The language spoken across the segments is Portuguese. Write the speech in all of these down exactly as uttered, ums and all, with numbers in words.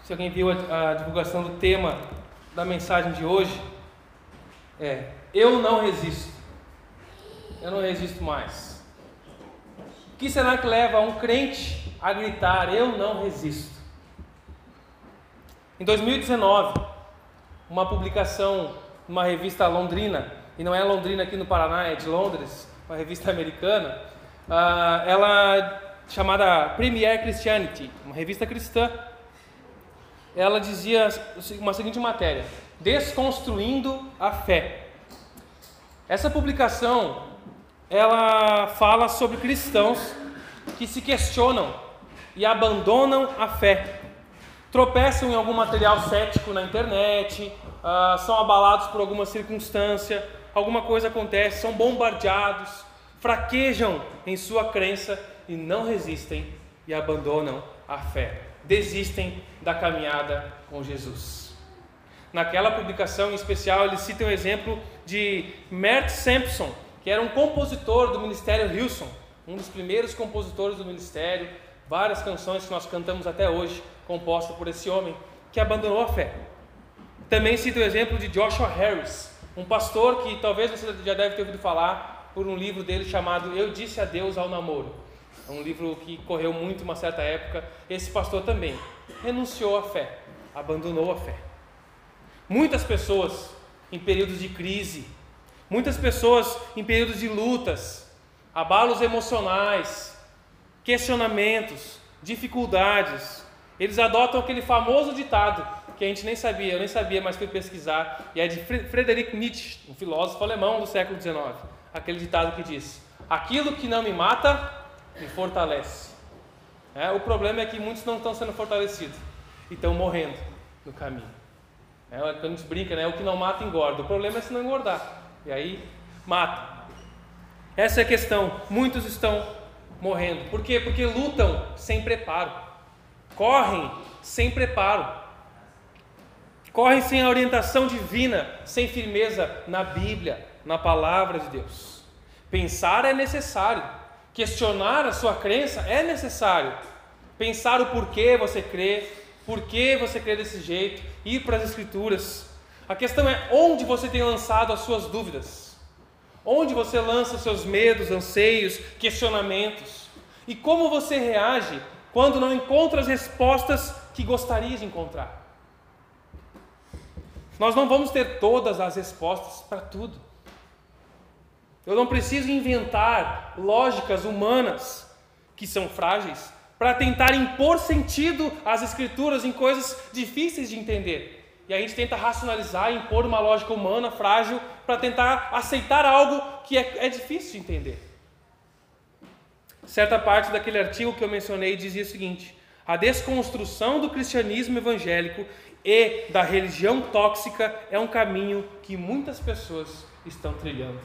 se alguém viu a, a divulgação do tema da mensagem de hoje, é: eu não resisto. Eu não resisto mais. O que será que leva um crente a gritar: eu não resisto? Em dois mil e dezenove, uma publicação numa revista londrina, e não é Londrina aqui no Paraná, é de Londres, uma revista americana, uh, ela chamada Premier Christianity, uma revista cristã, ela dizia uma seguinte matéria: Desconstruindo a Fé. Essa publicação, ela fala sobre cristãos que se questionam e abandonam a fé, tropeçam em algum material cético na internet, uh, são abalados por alguma circunstância, alguma coisa acontece, são bombardeados, fraquejam em sua crença e não resistem e abandonam a fé, desistem da caminhada com Jesus. Naquela publicação em especial, eles citam o exemplo de Mert Sampson, que era um compositor do Ministério Hillsong, um dos primeiros compositores do ministério, várias canções que nós cantamos até hoje, compostas por esse homem, que abandonou a fé. Também cito o exemplo de Joshua Harris, um pastor que talvez você já deve ter ouvido falar por um livro dele chamado Eu Disse Adeus ao Namoro. É um livro que correu muito uma certa época. Esse pastor também renunciou à fé, abandonou a fé. Muitas pessoas em períodos de crise, muitas pessoas em períodos de lutas, abalos emocionais, questionamentos, dificuldades, eles adotam aquele famoso ditado que a gente nem sabia, eu nem sabia, mas fui pesquisar, e é de Friedrich Nietzsche, um filósofo alemão do século dezenove. Aquele ditado que diz: aquilo que não me mata, me fortalece. É, o problema é que muitos não estão sendo fortalecidos e estão morrendo no caminho. É, quando a gente brinca, né? O que não mata engorda. O problema é se não engordar, e aí mata. Essa é a questão. Muitos estão morrendo. Por quê? Porque lutam sem preparo, correm sem preparo, correm sem a orientação divina, sem firmeza na Bíblia, na palavra de Deus. Pensar é necessário, questionar a sua crença é necessário, pensar o porquê você crê, por que você crê desse jeito, ir para as Escrituras. A questão é onde você tem lançado as suas dúvidas, onde você lança os seus medos, anseios, questionamentos, e como você reage quando não encontra as respostas que gostaria de encontrar. Nós não vamos ter todas as respostas para tudo. Eu não preciso inventar lógicas humanas que são frágeis para tentar impor sentido às Escrituras em coisas difíceis de entender. E a gente tenta racionalizar e impor uma lógica humana frágil para tentar aceitar algo que é, é difícil de entender. Certa parte daquele artigo que eu mencionei dizia o seguinte: a desconstrução do cristianismo evangélico e da religião tóxica é um caminho que muitas pessoas estão trilhando.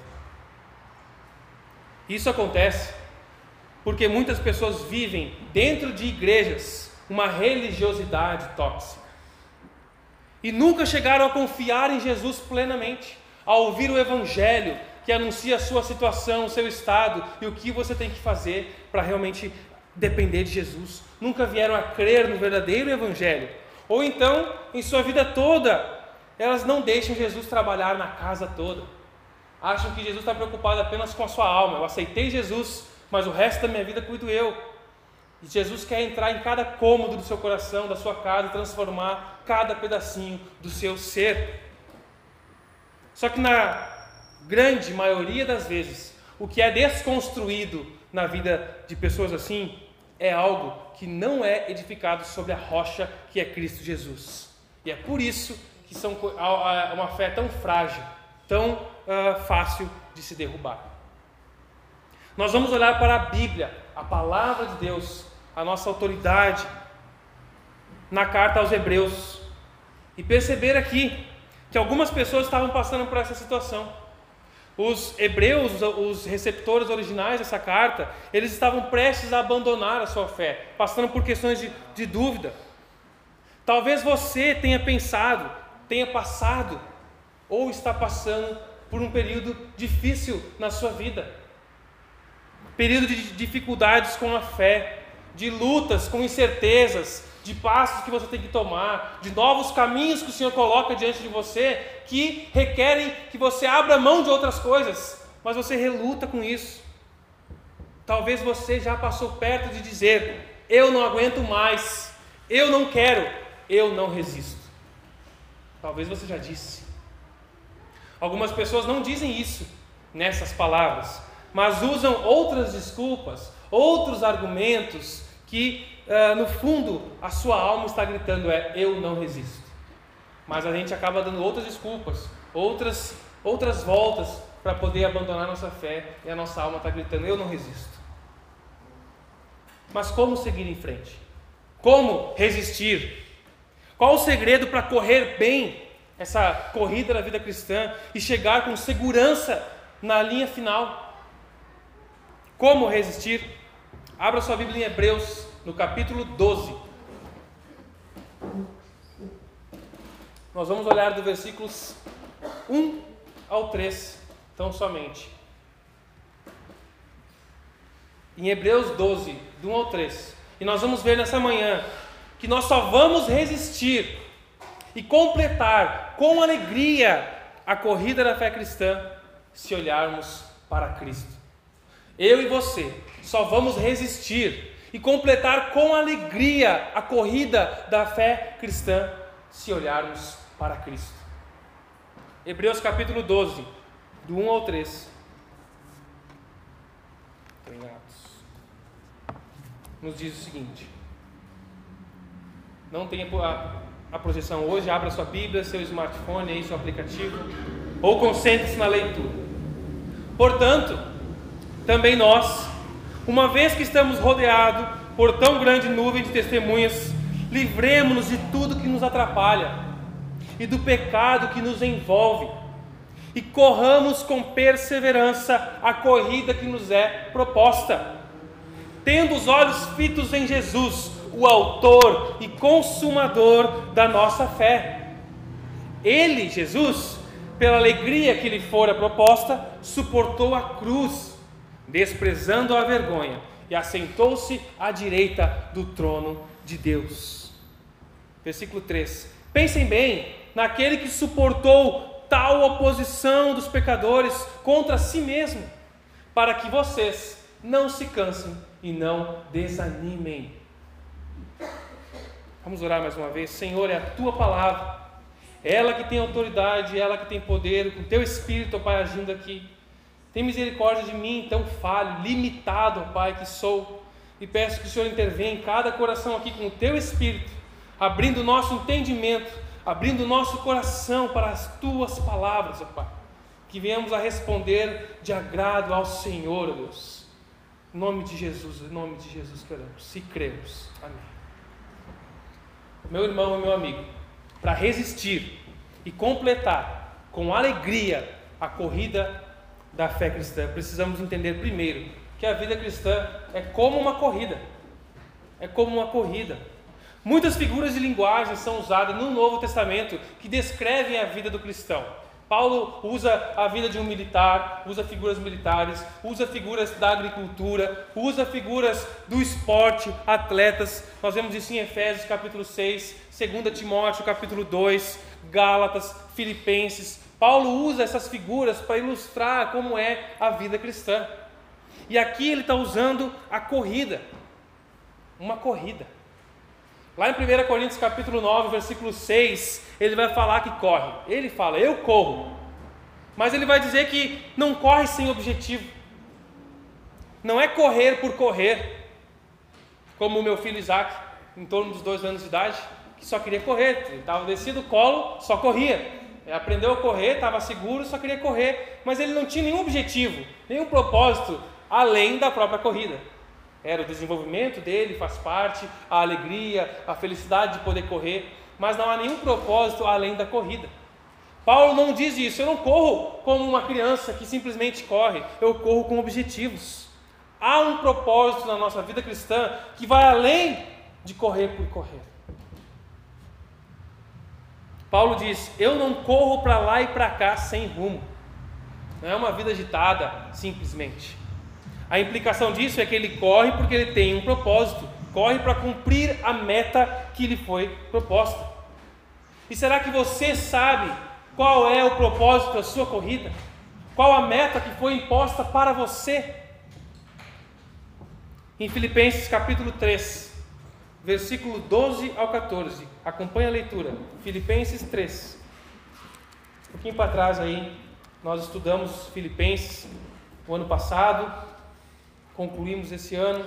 Isso acontece porque muitas pessoas vivem dentro de igrejas uma religiosidade tóxica e nunca chegaram a confiar em Jesus plenamente, a ouvir o Evangelho que anuncia a sua situação, o seu estado e o que você tem que fazer para realmente depender de Jesus. Nunca vieram a crer no verdadeiro Evangelho. Ou então, em sua vida toda, elas não deixam Jesus trabalhar na casa toda. Acham que Jesus está preocupado apenas com a sua alma. Eu aceitei Jesus, mas o resto da minha vida cuido eu. E Jesus quer entrar em cada cômodo do seu coração, da sua casa, e transformar cada pedacinho do seu ser. Só que na grande maioria das vezes, o que é desconstruído na vida de pessoas assim é algo que não é edificado sobre a rocha que é Cristo Jesus. E é por isso que são uma fé tão frágil, tão uh, fácil de se derrubar. Nós vamos olhar para a Bíblia, a palavra de Deus, a nossa autoridade, na carta aos Hebreus, e perceber aqui que algumas pessoas estavam passando por essa situação. Os hebreus, os receptores originais dessa carta, eles estavam prestes a abandonar a sua fé, passando por questões de, de dúvida. Talvez você tenha pensado, tenha passado, ou está passando por um período difícil na sua vida. Período de dificuldades com a fé, de lutas com incertezas, de passos que você tem que tomar, de novos caminhos que o Senhor coloca diante de você, que requerem que você abra mão de outras coisas, mas você reluta com isso. Talvez você já passou perto de dizer: eu não aguento mais, eu não quero, eu não resisto. Talvez você já disse. Algumas pessoas não dizem isso nessas palavras, mas usam outras desculpas, outros argumentos que, uh, no fundo, a sua alma está gritando é: eu não resisto. Mas a gente acaba dando outras desculpas, outras, outras voltas para poder abandonar nossa fé, e a nossa alma está gritando: eu não resisto. Mas como seguir em frente? Como resistir? Qual o segredo para correr bem essa corrida da vida cristã e chegar com segurança na linha final? Como resistir? Abra sua Bíblia em Hebreus, no capítulo doze. Nós vamos olhar do versículos um ao três, tão somente. Em Hebreus doze, do um ao três. E nós vamos ver nessa manhã que nós só vamos resistir e completar com alegria a corrida da fé cristã se olharmos para Cristo. Eu e você só vamos resistir e completar com alegria a corrida da fé cristã se olharmos para Cristo. Hebreus capítulo doze, do um ao três. Nos diz o seguinte: não tenha a, a projeção hoje, abra sua Bíblia, seu smartphone, aí, seu aplicativo, ou concentre-se na leitura. Portanto, também nós, uma vez que estamos rodeados por tão grande nuvem de testemunhas, livremo-nos de tudo que nos atrapalha e do pecado que nos envolve, e corramos com perseverança a corrida que nos é proposta, tendo os olhos fitos em Jesus, o autor e consumador da nossa fé. Ele, Jesus, pela alegria que lhe fora proposta, suportou a cruz, desprezando a vergonha, e assentou-se à direita do trono de Deus. Versículo três. Pensem bem naquele que suportou tal oposição dos pecadores contra si mesmo, para que vocês não se cansem e não desanimem. Vamos orar mais uma vez. Senhor, é a Tua palavra, ela que tem autoridade, ela que tem poder, com Teu Espírito, ó Pai, agindo aqui. Tem misericórdia de mim, tão falho, limitado, ó Pai, que sou, e peço que o Senhor intervenha em cada coração aqui com o Teu Espírito, abrindo o nosso entendimento, abrindo o nosso coração para as Tuas palavras, ó Pai, que venhamos a responder de agrado ao Senhor, ó Deus. Em nome de Jesus, em nome de Jesus que oramos, se cremos. Amém. Meu irmão e meu amigo, para resistir e completar com alegria a corrida da fé cristã, precisamos entender primeiro que a vida cristã é como uma corrida. É como uma corrida. Muitas figuras de linguagem são usadas no Novo Testamento que descrevem a vida do cristão. Paulo usa a vida de um militar, usa figuras militares, usa figuras da agricultura, usa figuras do esporte, atletas. Nós vemos isso em Efésios capítulo seis, dois Timóteo capítulo dois, Gálatas, Filipenses. Paulo usa essas figuras para ilustrar como é a vida cristã. E aqui ele está usando a corrida, uma corrida. Lá em primeira Coríntios capítulo nove, versículo seis, ele vai falar que corre. Ele fala, eu corro. Mas ele vai dizer que não corre sem objetivo. Não é correr por correr. Como o meu filho Isaac, em torno dos dois anos de idade, que só queria correr. Ele estava descido do colo, só corria. Ele aprendeu a correr, estava seguro, só queria correr. Mas ele não tinha nenhum objetivo, nenhum propósito, além da própria corrida. Era o desenvolvimento dele, faz parte, a alegria, a felicidade de poder correr, mas não há nenhum propósito além da corrida. Paulo não diz isso, eu não corro como uma criança que simplesmente corre, eu corro com objetivos. Há um propósito na nossa vida cristã que vai além de correr por correr. Paulo diz, eu não corro para lá e para cá sem rumo. Não é uma vida agitada, simplesmente. A implicação disso é que ele corre porque ele tem um propósito, corre para cumprir a meta que lhe foi proposta. E será que você sabe qual é o propósito da sua corrida? Qual a meta que foi imposta para você? Em Filipenses capítulo três, versículo doze ao quatorze, acompanhe a leitura. Filipenses três. Um pouquinho para trás aí, nós estudamos Filipenses o ano passado, concluímos esse ano.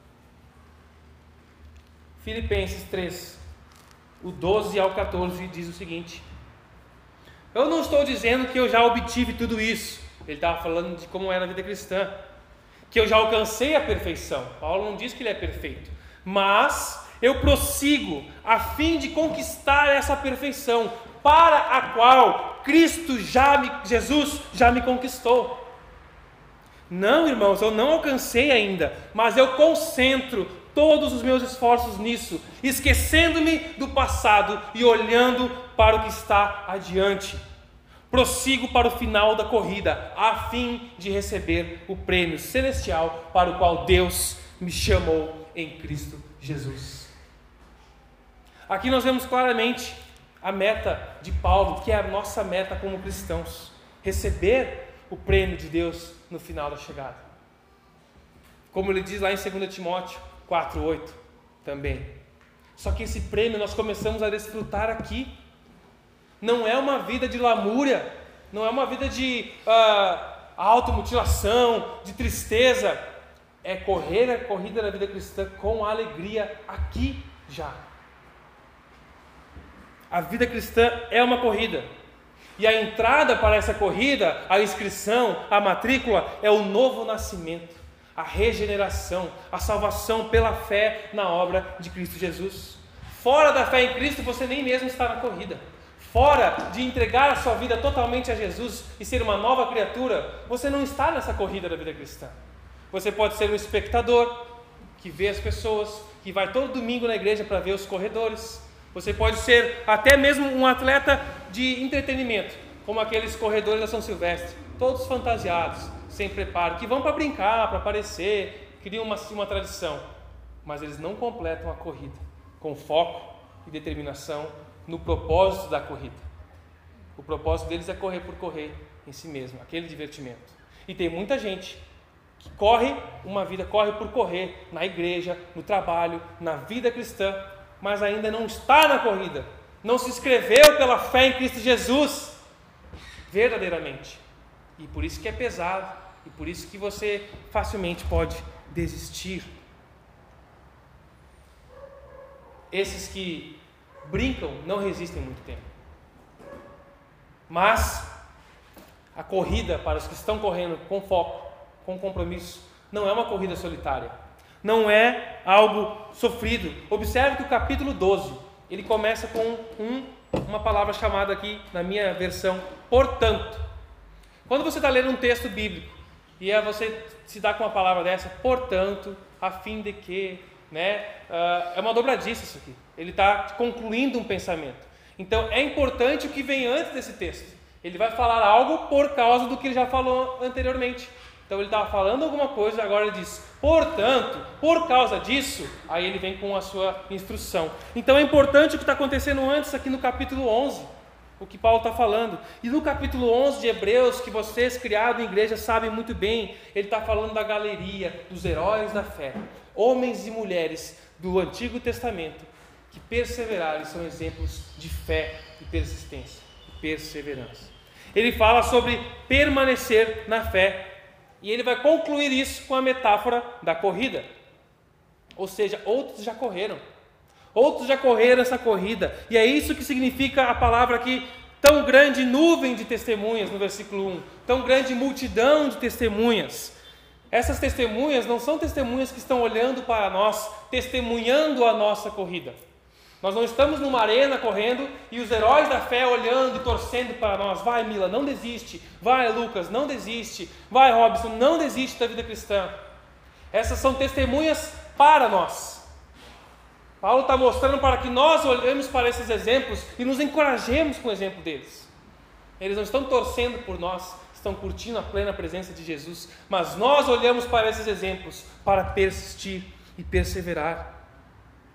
Filipenses três, o doze ao quatorze diz o seguinte: eu não estou dizendo que eu já obtive tudo isso. Ele estava falando de como era a vida cristã, que eu já alcancei a perfeição. Paulo não diz que ele é perfeito, mas eu prossigo a fim de conquistar essa perfeição, para a qual Cristo já me, Jesus já me conquistou. Não, irmãos, eu não alcancei ainda, mas eu concentro todos os meus esforços nisso, esquecendo-me do passado e olhando para o que está adiante. Prossigo para o final da corrida, a fim de receber o prêmio celestial para o qual Deus me chamou em Cristo Jesus. Aqui nós vemos claramente a meta de Paulo, que é a nossa meta como cristãos: receber o prêmio de Deus no final da chegada. Como ele diz lá em dois Timóteo quatro, oito também. Só que esse prêmio nós começamos a desfrutar aqui. Não é uma vida de lamúria, não é uma vida de uh, automutilação, de tristeza. É correr a corrida da vida cristã com alegria aqui já. A vida cristã é uma corrida. E a entrada para essa corrida, a inscrição, a matrícula, é o novo nascimento, a regeneração, a salvação pela fé na obra de Cristo Jesus. Fora da fé em Cristo, você nem mesmo está na corrida. Fora de entregar a sua vida totalmente a Jesus e ser uma nova criatura, você não está nessa corrida da vida cristã. Você pode ser um espectador, que vê as pessoas, que vai todo domingo na igreja para ver os corredores. Você pode ser até mesmo um atleta de entretenimento, como aqueles corredores da São Silvestre, todos fantasiados, sem preparo, que vão para brincar, para aparecer, criam uma, uma tradição, mas eles não completam a corrida com foco e determinação no propósito da corrida. O propósito deles é correr por correr em si mesmo, aquele divertimento. E tem muita gente que corre uma vida, corre por correr na igreja, no trabalho, na vida cristã, mas ainda não está na corrida, não se inscreveu pela fé em Cristo Jesus verdadeiramente. E por isso que é pesado, e por isso que você facilmente pode desistir. Esses que brincam não resistem muito tempo. Mas a corrida para os que estão correndo com foco, com compromisso, não é uma corrida solitária. Não é algo sofrido. Observe que o capítulo doze, ele começa com um, uma palavra chamada aqui, na minha versão, portanto. Quando você está lendo um texto bíblico, e aí você se dá com uma palavra dessa, portanto, a fim de que, né, uh, é uma dobradiça isso aqui. Ele está concluindo um pensamento. Então é importante o que vem antes desse texto. Ele vai falar algo por causa do que ele já falou anteriormente. Então ele estava falando alguma coisa, agora ele diz, portanto, por causa disso, aí ele vem com a sua instrução. Então é importante o que está acontecendo antes aqui no capítulo onze, o que Paulo está falando. E no capítulo onze de Hebreus, que vocês criados em igreja sabem muito bem, ele está falando da galeria dos heróis da fé, homens e mulheres do Antigo Testamento, que perseveraram e são exemplos de fé e persistência e perseverança. Ele fala sobre permanecer na fé. E ele vai concluir isso com a metáfora da corrida. Ou seja, outros já correram. Outros já correram essa corrida. E é isso que significa a palavra aqui, tão grande nuvem de testemunhas, no versículo um. Tão grande multidão de testemunhas. Essas testemunhas não são testemunhas que estão olhando para nós, testemunhando a nossa corrida. Nós não estamos numa arena correndo e os heróis da fé olhando e torcendo para nós. Vai, Mila, não desiste. Vai, Lucas, não desiste. Vai, Robson, não desiste da vida cristã. Essas são testemunhas para nós. Paulo está mostrando para que nós olhemos para esses exemplos e nos encorajemos com o exemplo deles. Eles não estão torcendo por nós, estão curtindo a plena presença de Jesus, mas nós olhamos para esses exemplos para persistir e perseverar.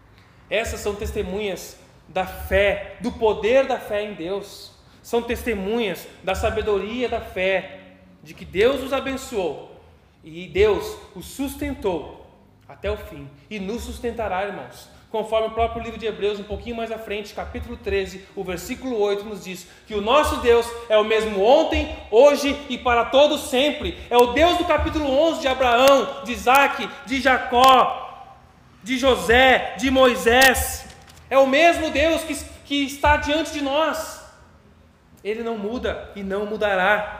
Essas são testemunhas da fé, do poder da fé em Deus. São testemunhas da sabedoria da fé, de que Deus os abençoou e Deus os sustentou até o fim e nos sustentará, irmãos. Conforme o próprio livro de Hebreus, um pouquinho mais à frente, capítulo treze, o versículo oito nos diz que o nosso Deus é o mesmo ontem, hoje e para todo sempre. É o Deus do capítulo onze de Abraão, de Isaac, de Jacó, de José, de Moisés. É o mesmo Deus que, que está diante de nós. Ele não muda e não mudará.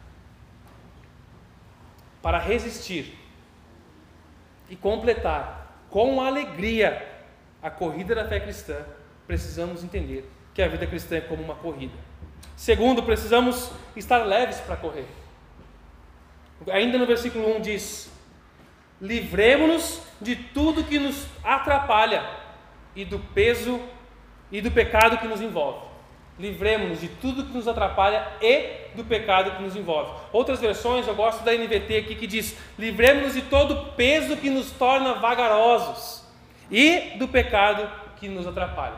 Para resistir e completar com alegria a corrida da fé cristã, precisamos entender que a vida cristã é como uma corrida. Segundo, precisamos estar leves para correr. Ainda no versículo um diz: livremo-nos de tudo que nos atrapalha e do peso e do pecado que nos envolve. Livremo-nos de tudo que nos atrapalha e do pecado que nos envolve. Outras versões, eu gosto da N V T aqui, que diz: livremo-nos de todo o peso que nos torna vagarosos e do pecado que nos atrapalha.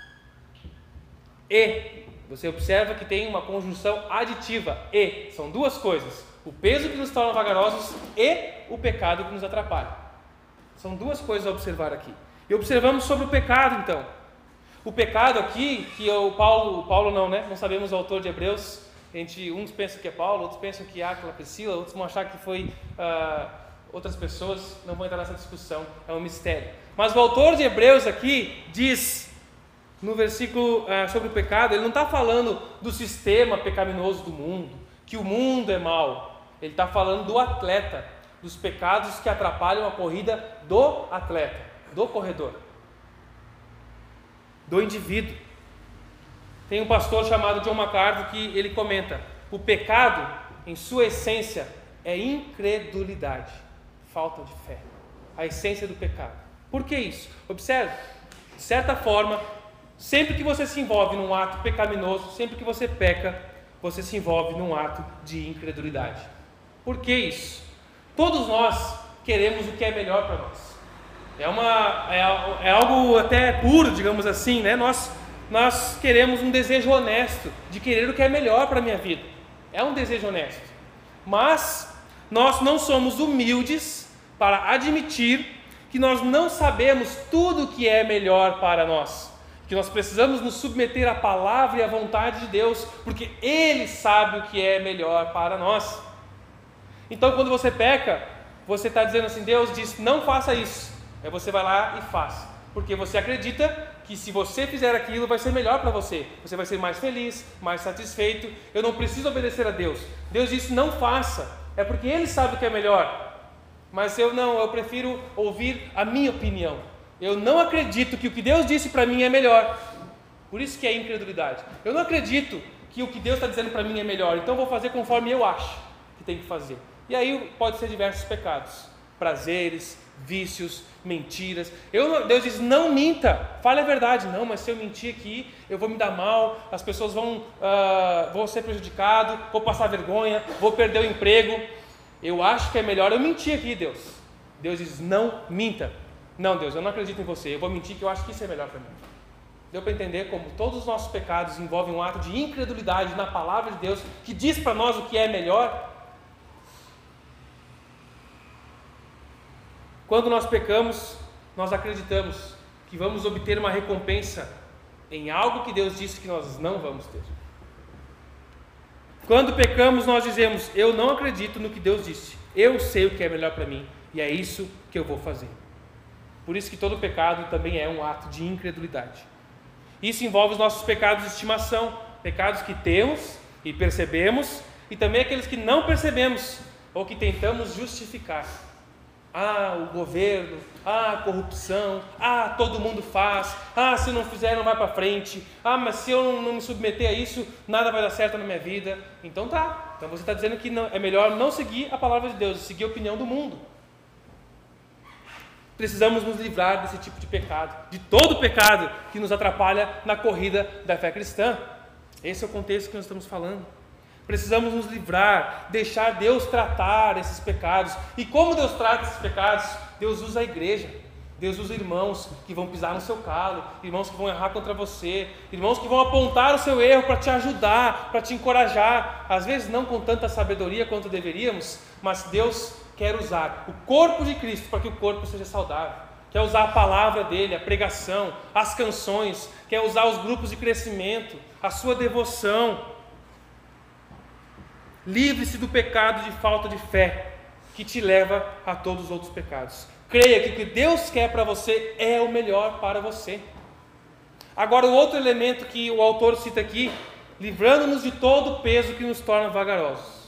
E, você observa que tem uma conjunção aditiva. E, são duas coisas: o peso que nos torna vagarosos e o pecado que nos atrapalha. São duas coisas a observar aqui. E observamos sobre o pecado, então. O pecado aqui, que o Paulo, o Paulo não, né? Não sabemos o autor de Hebreus. A gente, uns pensam que é Paulo, outros pensam que é Áquila, Priscila, outros vão achar que foi uh, outras pessoas. Não vou entrar nessa discussão, é um mistério. Mas o autor de Hebreus aqui diz, no versículo uh, sobre o pecado, ele não está falando do sistema pecaminoso do mundo, que o mundo é mau. Ele está falando do atleta, dos pecados que atrapalham a corrida do atleta, do corredor, do indivíduo. Tem um pastor chamado John MacArthur que ele comenta: o pecado, em sua essência, é incredulidade, falta de fé. A essência do pecado. Por que isso? Observe, de certa forma, sempre que você se envolve num ato pecaminoso, sempre que você peca, você se envolve num ato de incredulidade. Por que isso? Todos nós queremos o que é melhor para nós. É, uma, é, é algo até puro, digamos assim, né? Nós, nós queremos um desejo honesto de querer o que é melhor para a minha vida. É um desejo honesto. Mas nós não somos humildes para admitir que nós não sabemos tudo o que é melhor para nós. Que nós precisamos nos submeter à palavra e à vontade de Deus, porque Ele sabe o que é melhor para nós. Então, quando você peca, você está dizendo assim: Deus diz, não faça isso. Aí você vai lá e faz, porque você acredita que se você fizer aquilo vai ser melhor para você, você vai ser mais feliz, mais satisfeito. Eu não preciso obedecer a Deus. Deus disse não faça, é porque Ele sabe o que é melhor, mas eu não, eu prefiro ouvir a minha opinião. Eu não acredito que o que Deus disse para mim é melhor. Por isso que é incredulidade. Eu não acredito que o que Deus está dizendo para mim é melhor, então vou fazer conforme eu acho que tem que fazer. E aí pode ser diversos pecados, prazeres, vícios, mentiras. Eu, Deus diz, não minta, fale a verdade. Não, mas se eu mentir aqui, eu vou me dar mal, as pessoas vão, uh, vão ser prejudicadas, vou passar vergonha, vou perder o emprego. Eu acho que é melhor eu mentir aqui, Deus. Deus diz, não minta. Não, Deus, eu não acredito em você, eu vou mentir que eu acho que isso é melhor para mim. Deu para entender como todos os nossos pecados envolvem um ato de incredulidade na palavra de Deus, que diz para nós o que é melhor? Quando nós pecamos, nós acreditamos que vamos obter uma recompensa em algo que Deus disse que nós não vamos ter. Quando pecamos, nós dizemos, eu não acredito no que Deus disse, eu sei o que é melhor para mim, e é isso que eu vou fazer. Por isso que todo pecado também é um ato de incredulidade. Isso envolve os nossos pecados de estimação, pecados que temos e percebemos, e também aqueles que não percebemos, ou que tentamos justificar. Ah, o governo, ah, a corrupção, ah, todo mundo faz, ah, se não fizer não vai para frente, ah, mas se eu não, não me submeter a isso, nada vai dar certo na minha vida. Então tá, então você está dizendo que não, é melhor não seguir a palavra de Deus, seguir a opinião do mundo. Precisamos nos livrar desse tipo de pecado, de todo pecado que nos atrapalha na corrida da fé cristã. Esse é o contexto que nós estamos falando. Precisamos nos livrar, deixar Deus tratar esses pecados. E como Deus trata esses pecados? Deus usa a igreja. Deus usa irmãos que vão pisar no seu calo, irmãos que vão errar contra você, irmãos que vão apontar o seu erro para te ajudar, para te encorajar. Às vezes não com tanta sabedoria quanto deveríamos, mas Deus quer usar o corpo de Cristo para que o corpo seja saudável. Quer usar a palavra dele, a pregação, as canções, quer usar os grupos de crescimento, a sua devoção. Livre-se do pecado de falta de fé, que te leva a todos os outros pecados. Creia que o que Deus quer para você é o melhor para você. Agora, o outro elemento que o autor cita aqui, livrando-nos de todo o peso que nos torna vagarosos.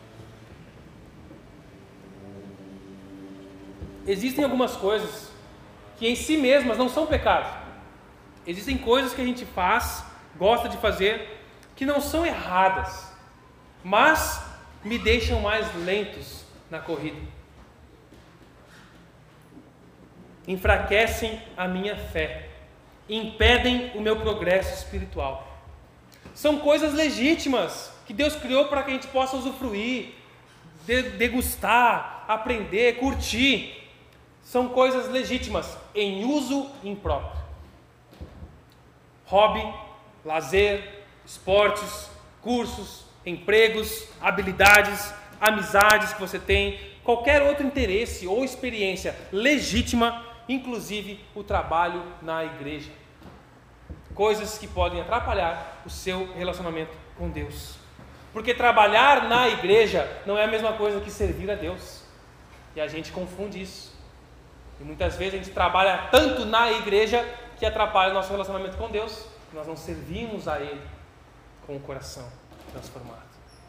Existem algumas coisas que em si mesmas não são pecado. Existem coisas que a gente faz, gosta de fazer, que não são erradas, mas me deixam mais lentos na corrida. Enfraquecem a minha fé, impedem o meu progresso espiritual. São coisas legítimas que Deus criou para que a gente possa usufruir, degustar, aprender, curtir. São coisas legítimas em uso impróprio. Hobby, lazer, esportes, cursos, empregos, habilidades, amizades que você tem, qualquer outro interesse ou experiência legítima, inclusive o trabalho na igreja. Coisas que podem atrapalhar o seu relacionamento com Deus. Porque trabalhar na igreja não é a mesma coisa que servir a Deus. E a gente confunde isso. E muitas vezes a gente trabalha tanto na igreja que atrapalha o nosso relacionamento com Deus. Nós não servimos a Ele com o coração transformado.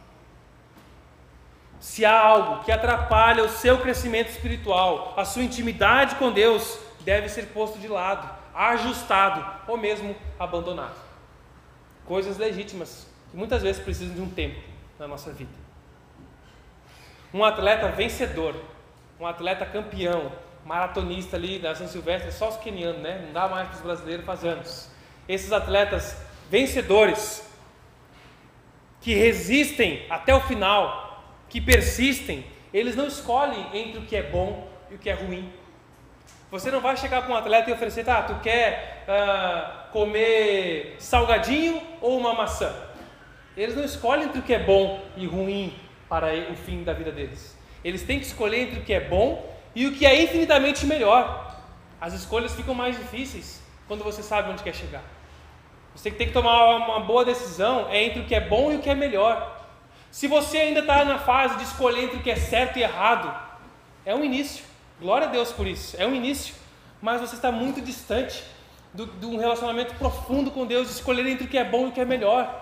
Se há algo que atrapalha o seu crescimento espiritual, a sua intimidade com Deus, deve ser posto de lado, ajustado ou mesmo abandonado. Coisas legítimas que muitas vezes precisam de um tempo na nossa vida. Um atleta vencedor, um atleta campeão, maratonista ali da São Silvestre, só os quenianos, né? Não dá mais para os brasileiros faz anos. Esses atletas vencedores, que resistem até o final, que persistem, eles não escolhem entre o que é bom e o que é ruim. Você não vai chegar para um atleta e oferecer, tá, tu quer uh, comer salgadinho ou uma maçã? Eles não escolhem entre o que é bom e ruim para o fim da vida deles. Eles têm que escolher entre o que é bom e o que é infinitamente melhor. As escolhas ficam mais difíceis quando você sabe onde quer chegar. Você tem que tomar uma boa decisão entre o que é bom e o que é melhor. Se você ainda está na fase de escolher entre o que é certo e errado, é um início. Glória a Deus por isso, é um início. Mas você está muito distante do, de um relacionamento profundo com Deus, de escolher entre o que é bom e o que é melhor.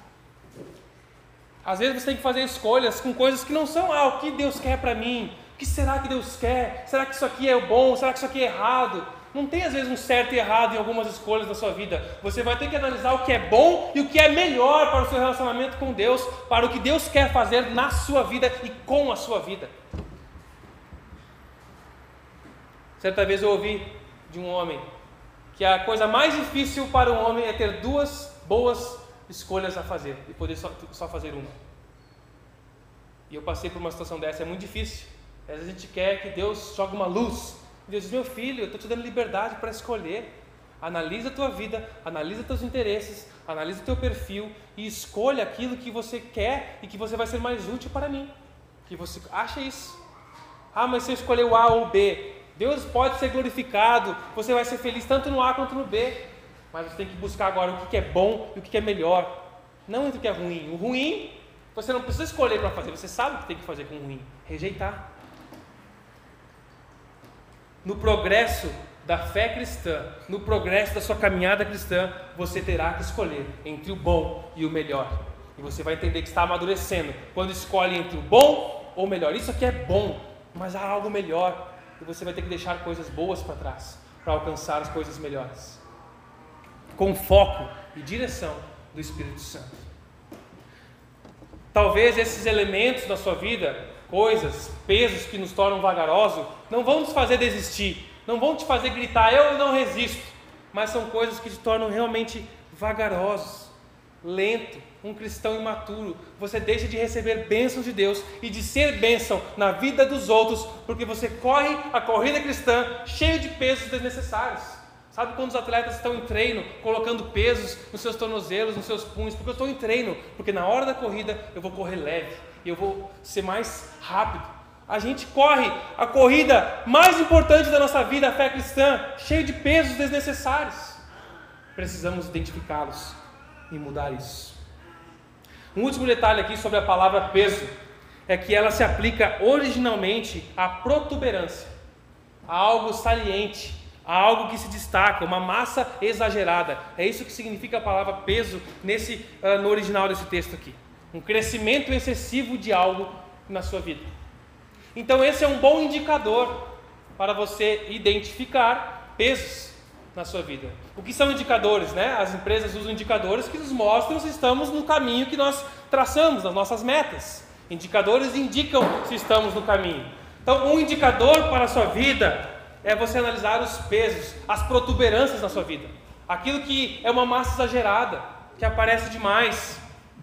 Às vezes você tem que fazer escolhas com coisas que não são, ah, o que Deus quer para mim? O que será que Deus quer? Será que isso aqui é bom? Será que isso aqui é errado? Não tem às vezes um certo e errado em algumas escolhas da sua vida. Você vai ter que analisar o que é bom e o que é melhor para o seu relacionamento com Deus, para o que Deus quer fazer na sua vida e com a sua vida. Certa vez eu ouvi de um homem que a coisa mais difícil para um homem é ter duas boas escolhas a fazer e poder só, só fazer uma. E eu passei por uma situação dessa, é muito difícil. Às vezes a gente quer que Deus jogue uma luz. Deus diz, meu filho, eu estou te dando liberdade para escolher. Analisa a tua vida, analisa teus interesses, analisa o teu perfil e escolha aquilo que você quer e que você vai ser mais útil para mim. Que você acha isso. Ah, mas se eu escolher o A ou o B, Deus pode ser glorificado, você vai ser feliz tanto no A quanto no B. Mas você tem que buscar agora o que é bom e o que é melhor. Não entre o que é ruim. O ruim, você não precisa escolher para fazer, você sabe o que tem que fazer com o ruim. Rejeitar. No progresso da fé cristã, no progresso da sua caminhada cristã, você terá que escolher entre o bom e o melhor. E você vai entender que está amadurecendo quando escolhe entre o bom ou o melhor. Isso aqui é bom, mas há algo melhor. E você vai ter que deixar coisas boas para trás, para alcançar as coisas melhores. Com foco e direção do Espírito Santo. Talvez esses elementos da sua vida, coisas, pesos que nos tornam vagarosos, não vão nos fazer desistir, não vão te fazer gritar, eu não resisto, mas são coisas que te tornam realmente vagarosos. lento, um cristão imaturo. Você deixa de receber bênçãos de Deus e de ser bênção na vida dos outros, porque você corre a corrida cristã cheio de pesos desnecessários. Sabe quando os atletas estão em treino, colocando pesos nos seus tornozelos, nos seus punhos? Porque eu estou em treino, porque na hora da corrida eu vou correr leve, e eu vou ser mais rápido. A gente corre a corrida mais importante da nossa vida, a fé cristã, cheio de pesos desnecessários. Precisamos identificá-los e mudar isso. Um último detalhe aqui sobre a palavra peso é que ela se aplica originalmente à protuberância, a algo saliente, a algo que se destaca, uma massa exagerada. É isso que significa a palavra peso nesse, uh, no original desse texto aqui. Um crescimento excessivo de algo na sua vida. Então esse é um bom indicador para você identificar pesos na sua vida. O que são indicadores, né? As empresas usam indicadores que nos mostram se estamos no caminho que nós traçamos, nas nossas metas. Indicadores indicam se estamos no caminho. Então, um indicador para a sua vida é você analisar os pesos, as protuberâncias na sua vida. Aquilo que é uma massa exagerada, que aparece demais.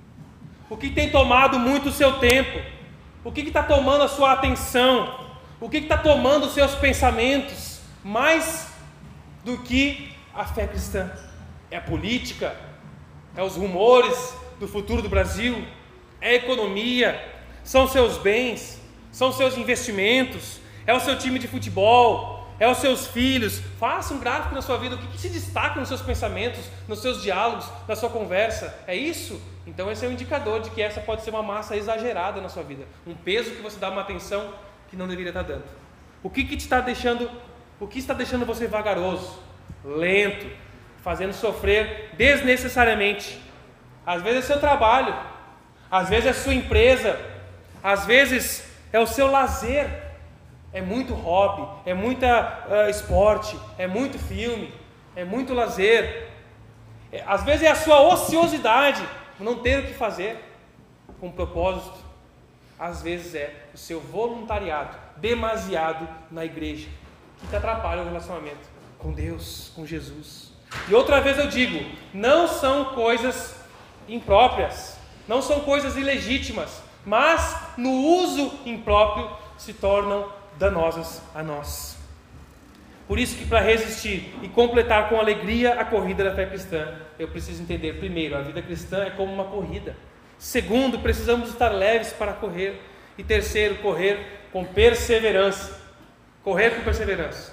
O que tem tomado muito o seu tempo? O que está tomando a sua atenção? O que está tomando os seus pensamentos? Mais do que a fé cristã. É a política, é os rumores do futuro do Brasil, é a economia, são seus bens, são seus investimentos, é o seu time de futebol, é os seus filhos. Faça um gráfico na sua vida, o que, que se destaca nos seus pensamentos, nos seus diálogos, na sua conversa. É isso? Então esse é um indicador de que essa pode ser uma massa exagerada na sua vida, um peso que você dá uma atenção que não deveria estar dando. O que, que te está deixando, o que está deixando você vagaroso, lento, fazendo sofrer desnecessariamente? Às vezes é seu trabalho, às vezes é sua empresa, às vezes é o seu lazer. É muito hobby, é muita uh, esporte, é muito filme, é muito lazer. É, às vezes é a sua ociosidade, não ter o que fazer com propósito. Às vezes é o seu voluntariado demasiado na igreja, que te atrapalha o relacionamento com Deus, com Jesus. E outra vez eu digo, não são coisas impróprias, não são coisas ilegítimas, mas no uso impróprio se tornam danosas a nós. Por isso que para resistir e completar com alegria a corrida da fé cristã, eu preciso entender, primeiro, a vida cristã é como uma corrida. Segundo, precisamos estar leves para correr. E terceiro, correr com perseverança. Correr com perseverança.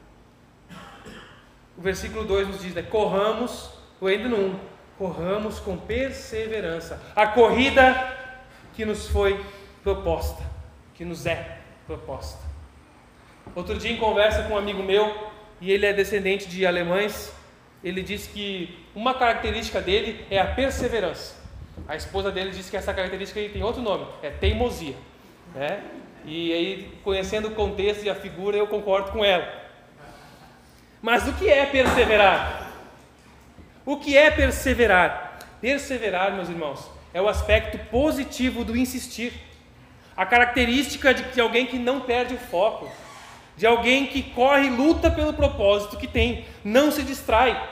O versículo dois nos diz, né? Corramos, estou indo no um, corramos com perseverança a corrida que nos foi proposta, que nos é proposta. Outro dia, em conversa com um amigo meu, e ele é descendente de alemães, ele disse que uma característica dele é a perseverança. A esposa dele disse que essa característica tem outro nome, é teimosia, né? E aí, conhecendo o contexto e a figura, eu concordo com ela. Mas o que é perseverar? O que é perseverar? Perseverar, meus irmãos, é o aspecto positivo do insistir. A característica de, de alguém que não perde o foco, de alguém que corre e luta pelo propósito que tem, não se distrai.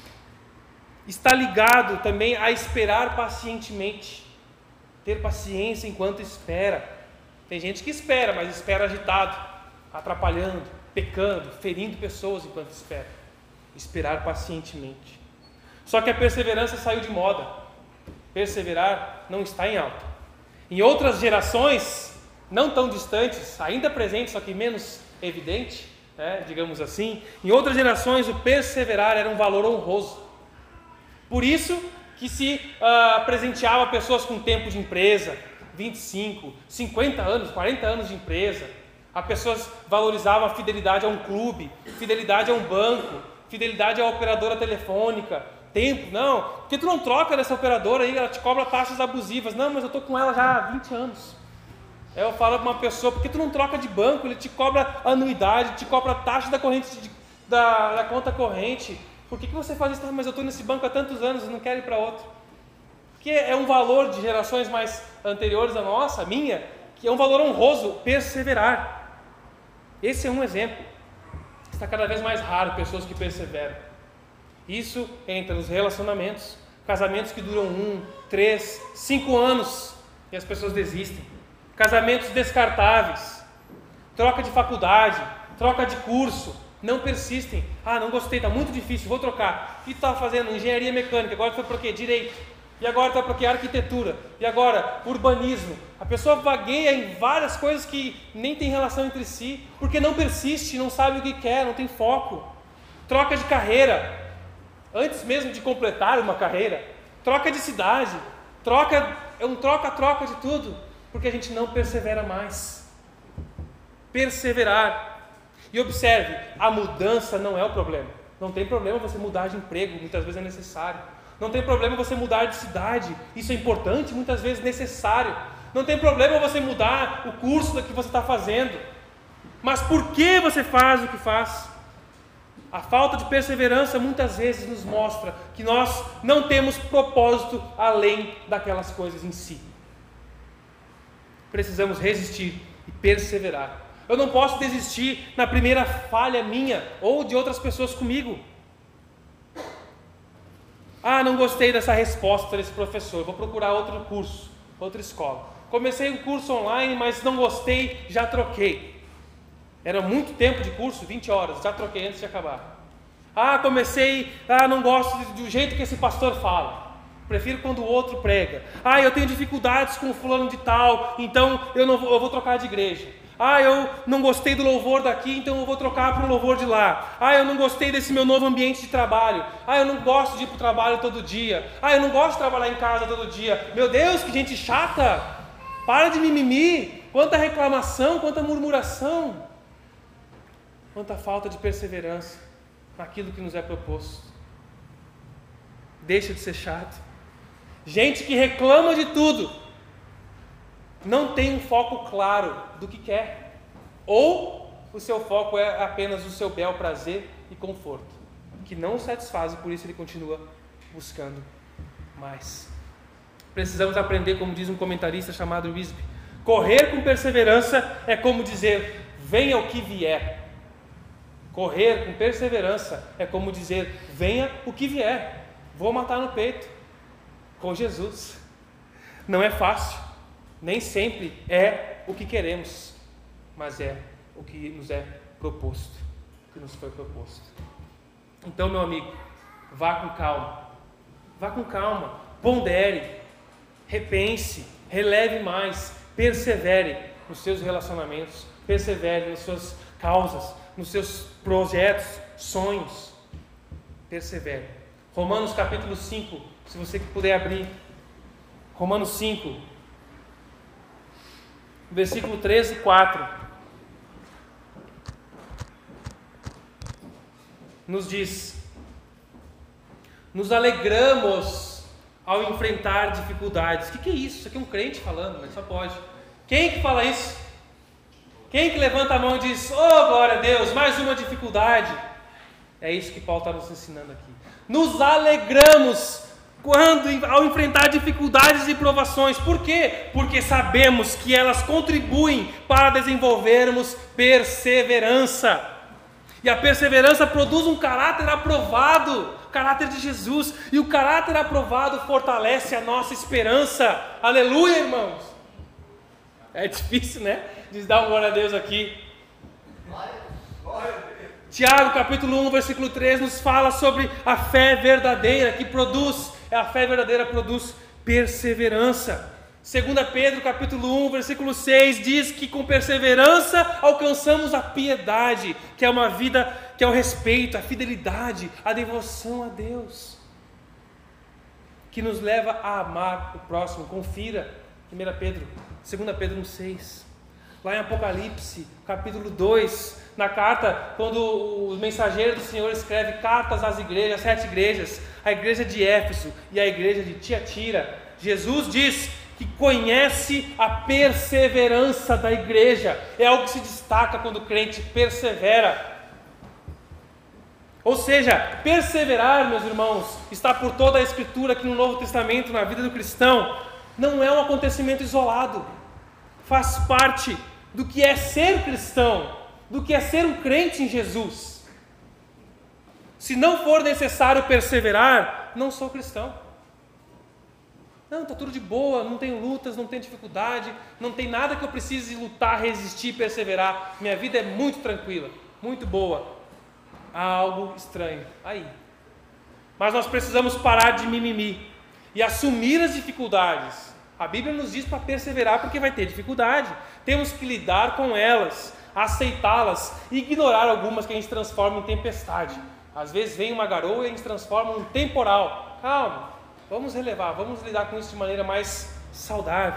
Está ligado também a esperar pacientemente, ter paciência enquanto espera. Tem gente que espera, mas espera agitado, atrapalhando, pecando, ferindo pessoas enquanto espera. Esperar pacientemente. Só que a perseverança saiu de moda. Perseverar não está em alta. Em outras gerações, não tão distantes, ainda presentes, só que menos evidente, né, digamos assim, em outras gerações o perseverar era um valor honroso. Por isso que se uh, presenteava pessoas com tempo de empresa, vinte e cinco, cinquenta anos, quarenta anos de empresa. As pessoas valorizavam a fidelidade a um clube, fidelidade a um banco, fidelidade à operadora telefônica. Tempo, não, porque tu não troca dessa operadora aí, ela te cobra taxas abusivas. Não, mas eu estou com ela já há vinte anos. Eu falo para uma pessoa, porque tu não troca de banco, ele te cobra anuidade, te cobra taxa da, corrente de, da, da conta corrente. Por que, que você faz isso? Mas eu estou nesse banco há tantos anos, eu não quero ir para outro. Porque é um valor de gerações mais anteriores à nossa, a minha, que é um valor honroso, perseverar. Esse é um exemplo. Está cada vez mais raro pessoas que perseveram. Isso entra nos relacionamentos, Casamentos que duram um, três, cinco anos e as pessoas desistem. Casamentos descartáveis. Troca de faculdade, troca de curso, não persistem. Ah, não gostei, está muito difícil, vou trocar. E está fazendo engenharia mecânica, agora foi para o quê? Direito. E agora está para o quê? Arquitetura. E agora, urbanismo. A pessoa vagueia em várias coisas que nem tem relação entre si, porque não persiste, não sabe o que quer, não tem foco. Troca de carreira. Antes mesmo de completar uma carreira, troca de cidade, troca, é um troca-troca de tudo, porque a gente não persevera mais. Perseverar. E observe, a mudança não é o problema. Não tem problema você mudar de emprego, muitas vezes é necessário. Não tem problema você mudar de cidade, isso é importante, muitas vezes necessário. Não tem problema você mudar o curso que você está fazendo. Mas por que você faz o que faz? A falta de perseverança muitas vezes nos mostra que nós não temos propósito além daquelas coisas em si. Precisamos resistir e perseverar. Eu não posso desistir na primeira falha minha ou de outras pessoas comigo. Ah, não gostei dessa resposta desse professor, vou procurar outro curso, outra escola. Comecei um curso online, mas não gostei, já troquei. Era muito tempo de curso, vinte horas, já troquei antes de acabar. Ah, comecei, ah, não gosto do jeito que esse pastor fala. Prefiro quando o outro prega. Ah, eu tenho dificuldades com o fulano de tal, então eu, não vou, eu vou trocar de igreja. Ah, eu não gostei do louvor daqui, então eu vou trocar para o louvor de lá. Ah, eu não gostei desse meu novo ambiente de trabalho. Ah, eu não gosto de ir para o trabalho todo dia. Ah, eu não gosto de trabalhar em casa todo dia. Meu Deus, que gente chata! Para de mimimi! Quanta reclamação, quanta murmuração! Quanta falta de perseverança naquilo que nos é proposto. Deixa de ser chato. Gente que reclama de tudo, não tem um foco claro do que quer. Ou o seu foco é apenas o seu bel prazer e conforto, que não o satisfaz e por isso ele continua buscando mais. Precisamos aprender, como diz um comentarista chamado Wisby, correr com perseverança é como dizer, venha o que vier. Correr com perseverança é como dizer, venha o que vier, vou matar no peito, com Jesus. Não é fácil, nem sempre é o que queremos, mas é o que nos é proposto, o que nos foi proposto. Então, meu amigo, vá com calma, vá com calma, pondere, repense, releve mais, persevere nos seus relacionamentos, persevere nas suas causas, nos seus projetos, sonhos, persevere. Romanos capítulo cinco, se você puder abrir, Romanos cinco, versículo treze e quatro, nos diz, nos alegramos ao enfrentar dificuldades. O que, que é isso? Isso aqui é um crente falando, mas só pode. Quem que fala isso? Quem que levanta a mão e diz, oh glória a Deus, mais uma dificuldade? É isso que Paulo está nos ensinando aqui. Nos alegramos quando, ao enfrentar dificuldades e provações. Por quê? Porque sabemos que elas contribuem para desenvolvermos perseverança. E a perseverança produz um caráter aprovado, o caráter de Jesus. E o caráter aprovado fortalece a nossa esperança. Aleluia, irmãos! É difícil, né? De dar um glória a Deus aqui. Tiago, capítulo um, versículo três, nos fala sobre a fé verdadeira que produz, a fé verdadeira produz perseverança. Segunda Pedro, capítulo um, versículo seis, diz que com perseverança alcançamos a piedade, que é uma vida, que é o respeito, a fidelidade, a devoção a Deus, que nos leva a amar o próximo. Confira, primeira Pedro, segunda Pedro um, seis. Lá em Apocalipse, capítulo dois, na carta, quando o mensageiro do Senhor escreve cartas às igrejas, sete igrejas, a igreja de Éfeso e a igreja de Tiatira, Jesus diz que conhece a perseverança da igreja. É algo que se destaca quando o crente persevera. Ou seja, perseverar, meus irmãos, está por toda a Escritura aqui no Novo Testamento, na vida do cristão, não é um acontecimento isolado, faz parte do que é ser cristão, do que é ser um crente em Jesus. Se não for necessário perseverar, não sou cristão. Não, está tudo de boa, não tenho lutas, não tenho dificuldade, não tem nada que eu precise lutar, resistir, perseverar. Minha vida é muito tranquila, muito boa. Há algo estranho aí. Mas nós precisamos parar de mimimi e assumir as dificuldades. A Bíblia nos diz para perseverar porque vai ter dificuldade. Temos que lidar com elas, aceitá-las e ignorar algumas que a gente transforma em tempestade. Às vezes vem uma garoa e a gente transforma em um temporal. Calma, vamos relevar, vamos lidar com isso de maneira mais saudável.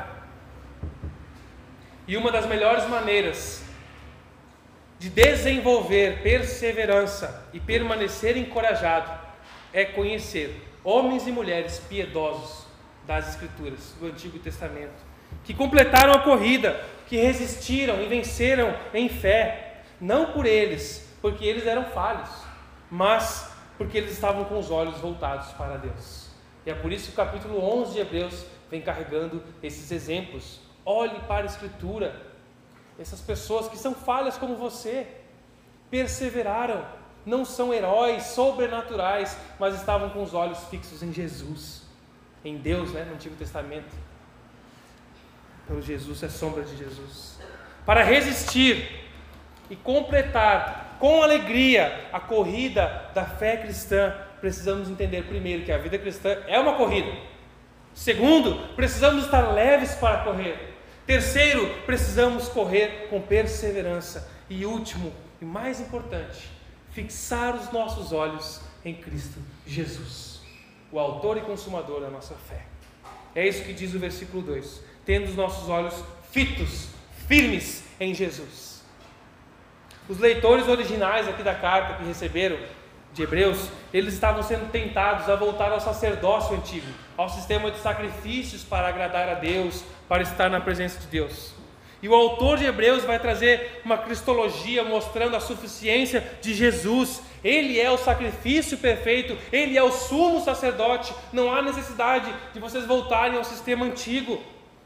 E uma das melhores maneiras de desenvolver perseverança e permanecer encorajado é conhecer homens e mulheres piedosos das Escrituras, do Antigo Testamento, que completaram a corrida, que resistiram e venceram em fé, não por eles, porque eles eram falhos, mas porque eles estavam com os olhos voltados para Deus. E é por isso que o capítulo onze de Hebreus vem carregando esses exemplos. Olhe para a Escritura. Essas pessoas que são falhas como você, perseveraram, não são heróis sobrenaturais, mas estavam com os olhos fixos em Jesus, em Deus, né, no Antigo Testamento. Pelo Jesus, é sombra de Jesus. Para resistir e completar com alegria a corrida da fé cristã, precisamos entender primeiro que a vida cristã é uma corrida. Segundo, precisamos estar leves para correr. Terceiro, precisamos correr com perseverança. E último, e mais importante, fixar os nossos olhos em Cristo Jesus, o autor e consumador da nossa fé. É isso que diz o versículo dois. Tendo os nossos olhos fitos, firmes em Jesus. Os leitores originais aqui da carta que receberam de Hebreus, eles estavam sendo tentados a voltar ao sacerdócio antigo, ao sistema de sacrifícios para agradar a Deus, para estar na presença de Deus. E o autor de Hebreus vai trazer uma cristologia mostrando a suficiência de Jesus. Ele é o sacrifício perfeito, Ele é o sumo sacerdote. Não há necessidade de vocês voltarem ao sistema antigo.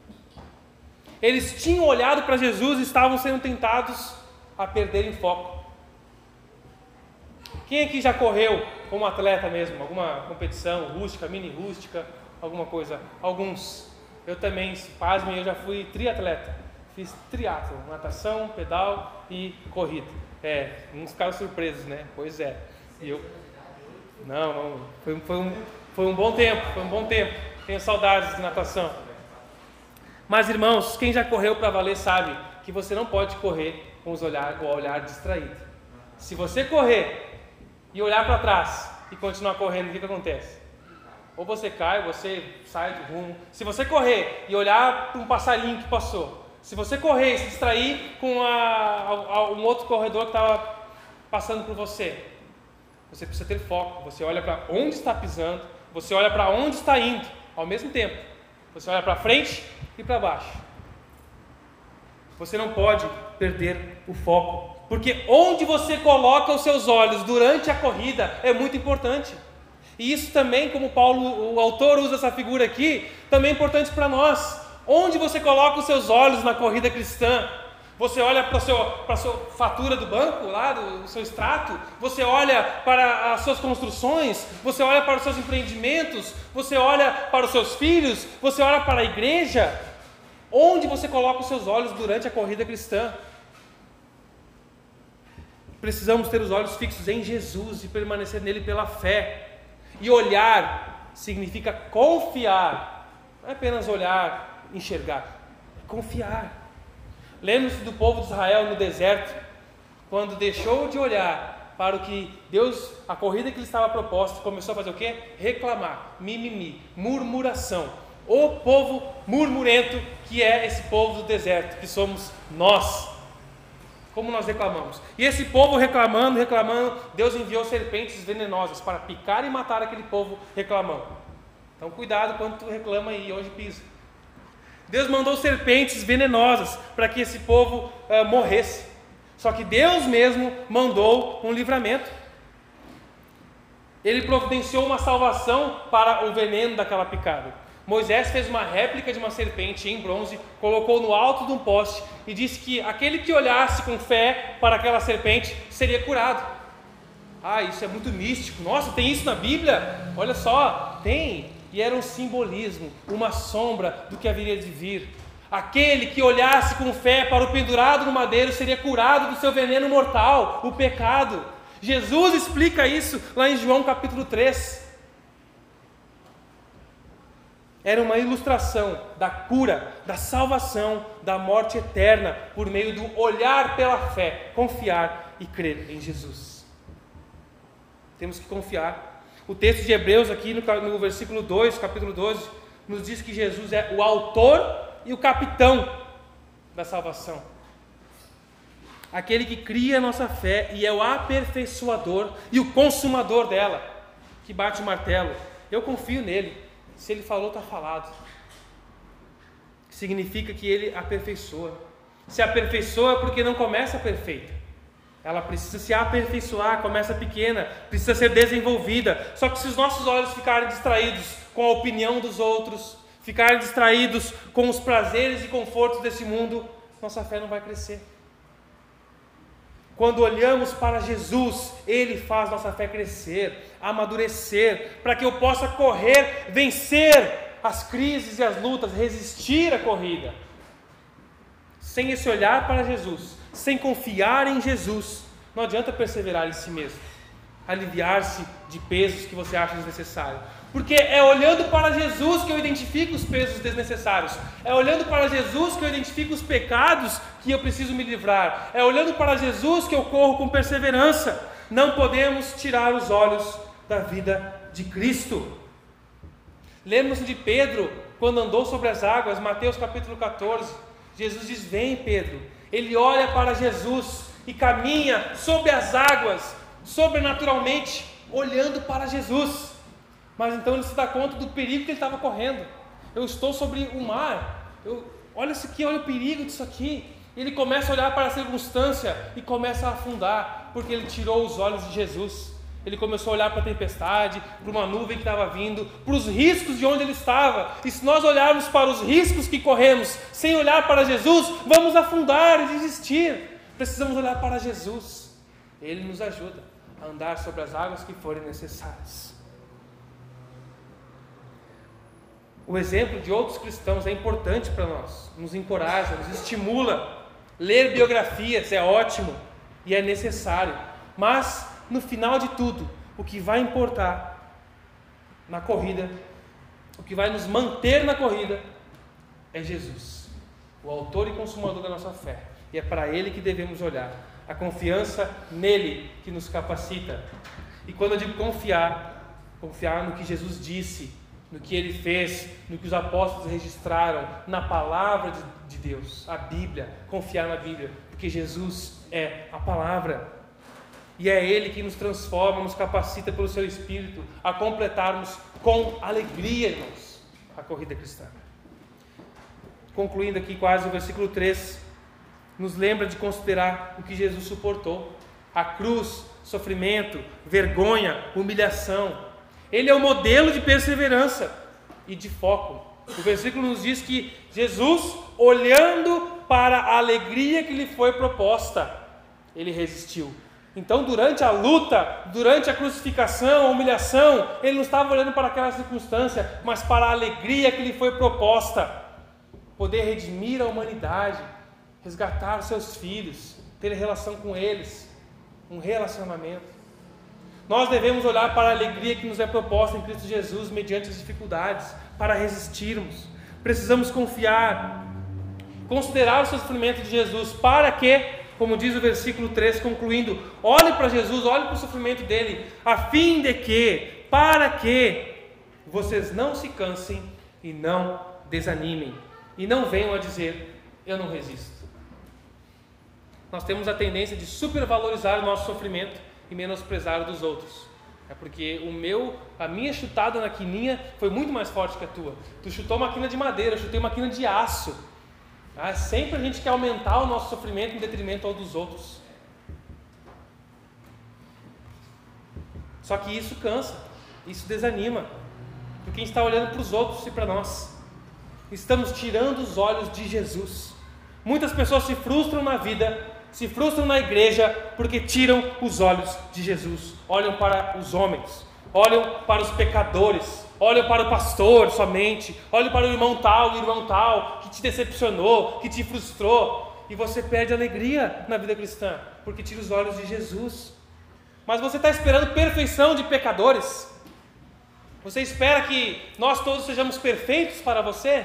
Eles tinham olhado para Jesus e estavam sendo tentados a perderem foco. Quem aqui já correu como atleta mesmo? Alguma competição rústica, mini rústica, alguma coisa? Alguns. Eu também, pasmem, eu já fui triatleta. Fiz triatlo, natação, pedal e corrida. É, uns ficaram surpresos, né? Pois é. E eu... Não, não. Foi, foi, um, foi um bom tempo, foi um bom tempo. Tenho saudades de natação. Mas, irmãos, quem já correu para valer sabe que você não pode correr com os olhar, com o olhar distraído. Se você correr e olhar para trás e continuar correndo, o que, que acontece? Ou você cai, ou você sai do rumo. Se você correr e olhar para um passarinho que passou, se você correr e se distrair com a, a, a, um outro corredor que estava passando por você, você precisa ter foco. Você olha para onde está pisando, você olha para onde está indo, ao mesmo tempo. Você olha para frente e para baixo. Você não pode perder o foco, porque onde você coloca os seus olhos durante a corrida é muito importante. E isso também, como Paulo, o autor, usa essa figura aqui, também é importante para nós. Onde você coloca os seus olhos na corrida cristã? Você olha para a sua, para a sua fatura do banco, lá do seu extrato? Você olha para as suas construções? Você olha para os seus empreendimentos? Você olha para os seus filhos? Você olha para a igreja? Onde você coloca os seus olhos durante a corrida cristã? Precisamos ter os olhos fixos em Jesus e permanecer nele pela fé. E olhar significa confiar. Não é apenas olhar, enxergar. É confiar. Lembre-se do povo de Israel no deserto, quando deixou de olhar para o que Deus, a corrida que lhe estava proposta, começou a fazer o quê? Reclamar, mimimi, murmuração. O povo murmurento, que é esse povo do deserto, que somos nós. Como nós reclamamos. E esse povo reclamando, reclamando, Deus enviou serpentes venenosas para picar e matar aquele povo reclamando. Então cuidado quando tu reclama aí, hoje pisa. Deus mandou serpentes venenosas para que esse povo uh, morresse. Só que Deus mesmo mandou um livramento. Ele providenciou uma salvação para o veneno daquela picada. Moisés fez uma réplica de uma serpente em bronze, colocou no alto de um poste e disse que aquele que olhasse com fé para aquela serpente seria curado. Ah, isso é muito místico. Nossa, tem isso na Bíblia? Olha só, tem. e era um simbolismo, uma sombra do que haveria de vir. Aquele que olhasse com fé para o pendurado no madeiro seria curado do seu veneno mortal, o pecado. Jesus explica isso lá em João capítulo três. Era uma ilustração da cura, da salvação, da morte eterna, por meio do olhar pela fé, confiar e crer em Jesus. Temos que confiar. O texto de Hebreus aqui no, no versículo dois, capítulo doze, nos diz que Jesus é o autor e o capitão da salvação. Aquele que cria a nossa fé e é o aperfeiçoador e o consumador dela, que bate o martelo. Eu confio nele. Se ele falou, está falado. Significa que ele aperfeiçoa. Se aperfeiçoa é porque não começa perfeita. Ela precisa se aperfeiçoar, começa pequena, precisa ser desenvolvida. Só que se os nossos olhos ficarem distraídos com a opinião dos outros, ficarem distraídos com os prazeres e confortos desse mundo, nossa fé não vai crescer. Quando olhamos para Jesus, Ele faz nossa fé crescer, amadurecer, para que eu possa correr, vencer as crises e as lutas, resistir à corrida. Sem esse olhar para Jesus, sem confiar em Jesus, não adianta perseverar em si mesmo, aliviar-se de pesos que você acha desnecessários. Porque é olhando para Jesus que eu identifico os pesos desnecessários. É olhando para Jesus que eu identifico os pecados que eu preciso me livrar. É olhando para Jesus que eu corro com perseverança. Não podemos tirar os olhos da vida de Cristo. Lembra-se de Pedro, quando andou sobre as águas, Mateus capítulo catorze. Jesus diz: vem, Pedro. Ele olha para Jesus e caminha sobre as águas, sobrenaturalmente, olhando para Jesus. Mas então ele se dá conta do perigo que ele estava correndo. Eu estou sobre o mar. Eu, olha isso aqui, olha o perigo disso aqui. Ele começa a olhar para a circunstância e começa a afundar, porque ele tirou os olhos de Jesus. Ele começou a olhar para a tempestade, para uma nuvem que estava vindo, para os riscos de onde ele estava. E se nós olharmos para os riscos que corremos, sem olhar para Jesus, vamos afundar e desistir. Precisamos olhar para Jesus. Ele nos ajuda a andar sobre as águas que forem necessárias. O exemplo de outros cristãos é importante para nós, nos encoraja, nos estimula. Ler biografias é ótimo e é necessário, mas no final de tudo, o que vai importar na corrida, o que vai nos manter na corrida é Jesus, o autor e consumador da nossa fé, e é para Ele que devemos olhar, a confiança nele que nos capacita. E quando eu digo confiar, confiar no que Jesus disse, no que Ele fez, no que os apóstolos registraram, na palavra de, de Deus, a Bíblia, confiar na Bíblia, porque Jesus é a palavra, e é Ele que nos transforma, nos capacita pelo Seu Espírito a completarmos com alegria, irmãos, a corrida cristã. Concluindo aqui quase o versículo três, nos lembra de considerar o que Jesus suportou, a cruz, sofrimento, vergonha, humilhação. Ele é o modelo de perseverança e de foco. O versículo nos diz que Jesus, olhando para a alegria que lhe foi proposta, ele resistiu. Então, durante a luta, durante a crucificação, a humilhação, ele não estava olhando para aquela circunstância, mas para a alegria que lhe foi proposta. Poder redimir a humanidade, resgatar os seus filhos, ter relação com eles, um relacionamento. Nós devemos olhar para a alegria que nos é proposta em Cristo Jesus mediante as dificuldades, para resistirmos. Precisamos confiar, considerar o sofrimento de Jesus, para que, como diz o versículo três, concluindo, olhe para Jesus, olhe para o sofrimento dele, a fim de que, para que vocês não se cansem e não desanimem, e não venham a dizer, eu não resisto. Nós temos a tendência de supervalorizar o nosso sofrimento e menosprezar o dos outros. É porque o meu, a minha chutada na quininha foi muito mais forte que a tua. Tu chutou uma quina de madeira, eu chutei uma quina de aço. Ah, sempre a gente quer aumentar o nosso sofrimento em detrimento ao dos outros. Só que isso cansa, isso desanima, porque a gente está olhando para os outros e para nós. Estamos tirando os olhos de Jesus. Muitas pessoas se frustram na vida, se frustram na igreja, porque tiram os olhos de Jesus. Olham para os homens, olham para os pecadores, olham para o pastor somente, olham para o irmão tal, o irmão tal, que te decepcionou, que te frustrou, e você perde alegria na vida cristã, porque tira os olhos de Jesus. Mas você está esperando perfeição de pecadores? Você espera que nós todos sejamos perfeitos para você?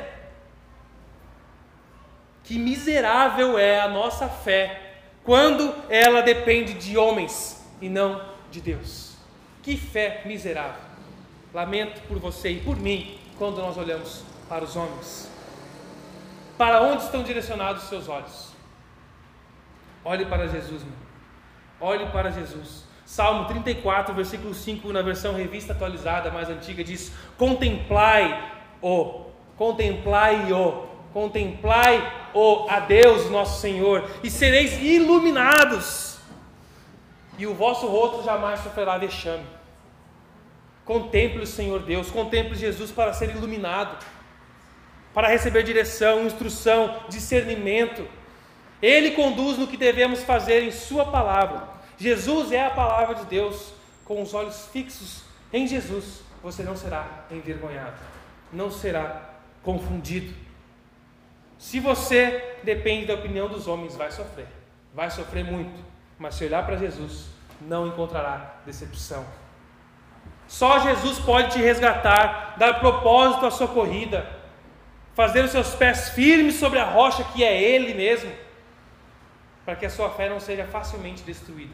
Que miserável é a nossa fé quando ela depende de homens e não de Deus. Que fé miserável. Lamento por você e por mim quando nós olhamos para os homens. Para onde estão direcionados os seus olhos? Olhe para Jesus, meu. Olhe para Jesus. Salmo trinta e quatro, versículo cinco, na versão revista atualizada, mais antiga, diz: Contemplai-o, contemplai-o, contemplai-o a Deus nosso Senhor, e sereis iluminados, e o vosso rosto jamais sofrerá vexame. Contemple o Senhor Deus, contemple Jesus para ser iluminado, para receber direção, instrução, discernimento. Ele conduz no que devemos fazer em sua palavra. Jesus é a palavra de Deus. Com os olhos fixos em Jesus, você não será envergonhado, não será confundido. Se você depende da opinião dos homens, vai sofrer, vai sofrer muito, mas se olhar para Jesus, não encontrará decepção. Só Jesus pode te resgatar, dar propósito à sua corrida, fazer os seus pés firmes sobre a rocha que é Ele mesmo, para que a sua fé não seja facilmente destruída.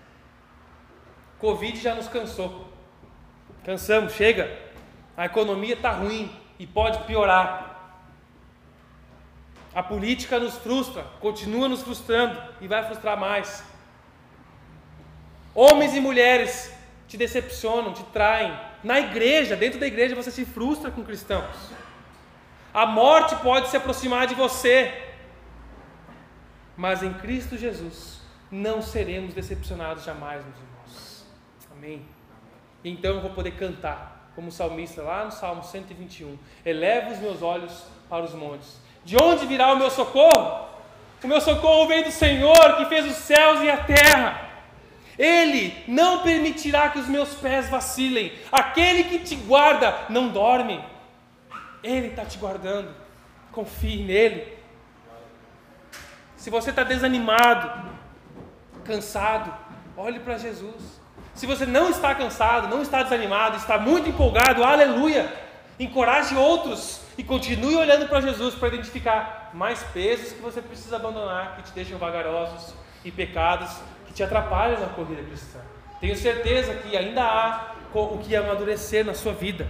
Covid já nos cansou, cansamos, chega, a economia está ruim e pode piorar, a política nos frustra, continua nos frustrando e vai frustrar mais, homens e mulheres te decepcionam, te traem, na igreja, dentro da igreja você se frustra com cristãos, a morte pode se aproximar de você, mas em Cristo Jesus não seremos decepcionados jamais, meus irmãos. Amém? Então eu vou poder cantar como salmista lá no Salmo cento e vinte e um: elevo os meus olhos para os montes, de onde virá o meu socorro? O meu socorro vem do Senhor, que fez os céus e a terra. Ele não permitirá que os meus pés vacilem. Aquele que te guarda não dorme. Ele está te guardando. Confie nele. Se você está desanimado, cansado, olhe para Jesus. Se você não está cansado, não está desanimado, está muito empolgado, aleluia, encoraje outros e continue olhando para Jesus para identificar mais pesos que você precisa abandonar, que te deixam vagarosos, e pecados que te atrapalham na corrida cristã. Tenho certeza que ainda há o que amadurecer na sua vida.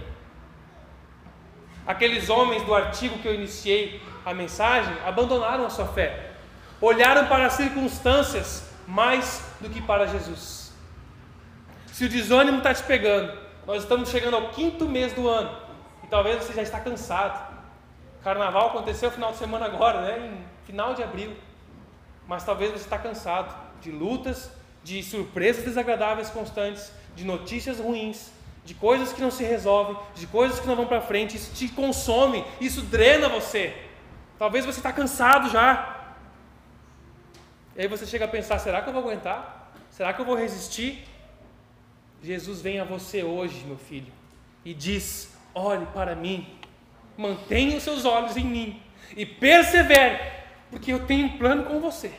Aqueles homens do artigo que eu iniciei a mensagem abandonaram a sua fé, olharam para as circunstâncias mais do que para Jesus. Se o desânimo está te pegando, nós estamos chegando ao quinto mês do ano e talvez você já está cansado. Carnaval aconteceu no final de semana agora, né? Em final de abril, mas talvez você está cansado de lutas, de surpresas desagradáveis constantes, de notícias ruins, de coisas que não se resolvem, de coisas que não vão para frente. Isso te consome, isso drena você. Talvez você está cansado já. E aí você chega a pensar: será que eu vou aguentar? Será que eu vou resistir? Jesus vem a você hoje, meu filho, e diz: olhe para mim, mantenha os seus olhos em mim e persevere, porque eu tenho um plano com você.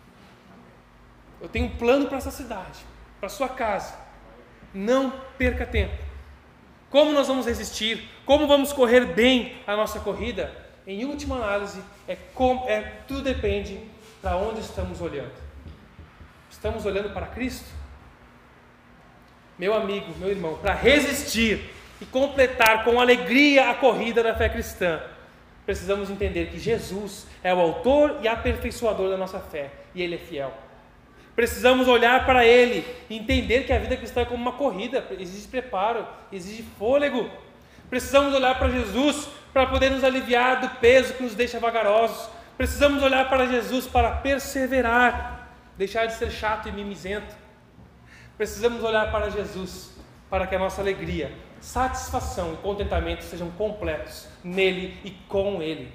Eu tenho um plano para essa cidade, para sua casa. Não perca tempo. Como nós vamos resistir? Como vamos correr bem a nossa corrida? Em última análise, é como, é, tudo depende para onde estamos olhando. Estamos olhando para Cristo? Meu amigo, meu irmão, para resistir e completar com alegria a corrida da fé cristã, precisamos entender que Jesus é o autor e aperfeiçoador da nossa fé, e Ele é fiel. Precisamos olhar para Ele e entender que a vida cristã é como uma corrida, exige preparo, exige fôlego. Precisamos olhar para Jesus para poder nos aliviar do peso que nos deixa vagarosos. Precisamos olhar para Jesus para perseverar, deixar de ser chato e mimizento. Precisamos olhar para Jesus para que a nossa alegria, satisfação e contentamento sejam completos nele e com Ele.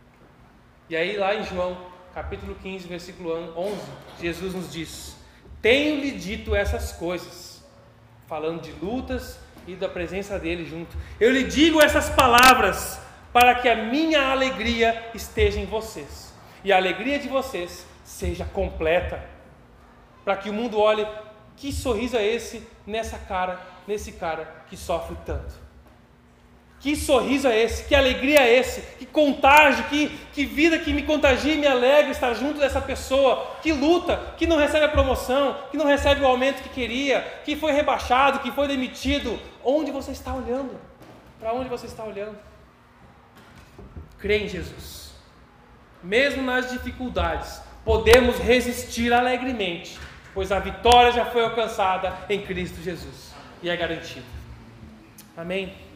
E aí lá em João, capítulo quinze, versículo onze, Jesus nos diz: tenho-lhe dito essas coisas, falando de lutas e da presença dele junto. Eu lhe digo essas palavras para que a minha alegria esteja em vocês e a alegria de vocês seja completa, para que o mundo olhe, que sorriso é esse nessa cara, nesse cara que sofre tanto. Que sorriso é esse? Que alegria é esse? Que contágio, que, que vida que me contagia e me alegra estar junto dessa pessoa que luta, que não recebe a promoção, que não recebe o aumento que queria, que foi rebaixado, que foi demitido. Onde você está olhando? Para onde você está olhando? Crê em Jesus. Mesmo nas dificuldades, podemos resistir alegremente, pois a vitória já foi alcançada em Cristo Jesus e é garantida. Amém?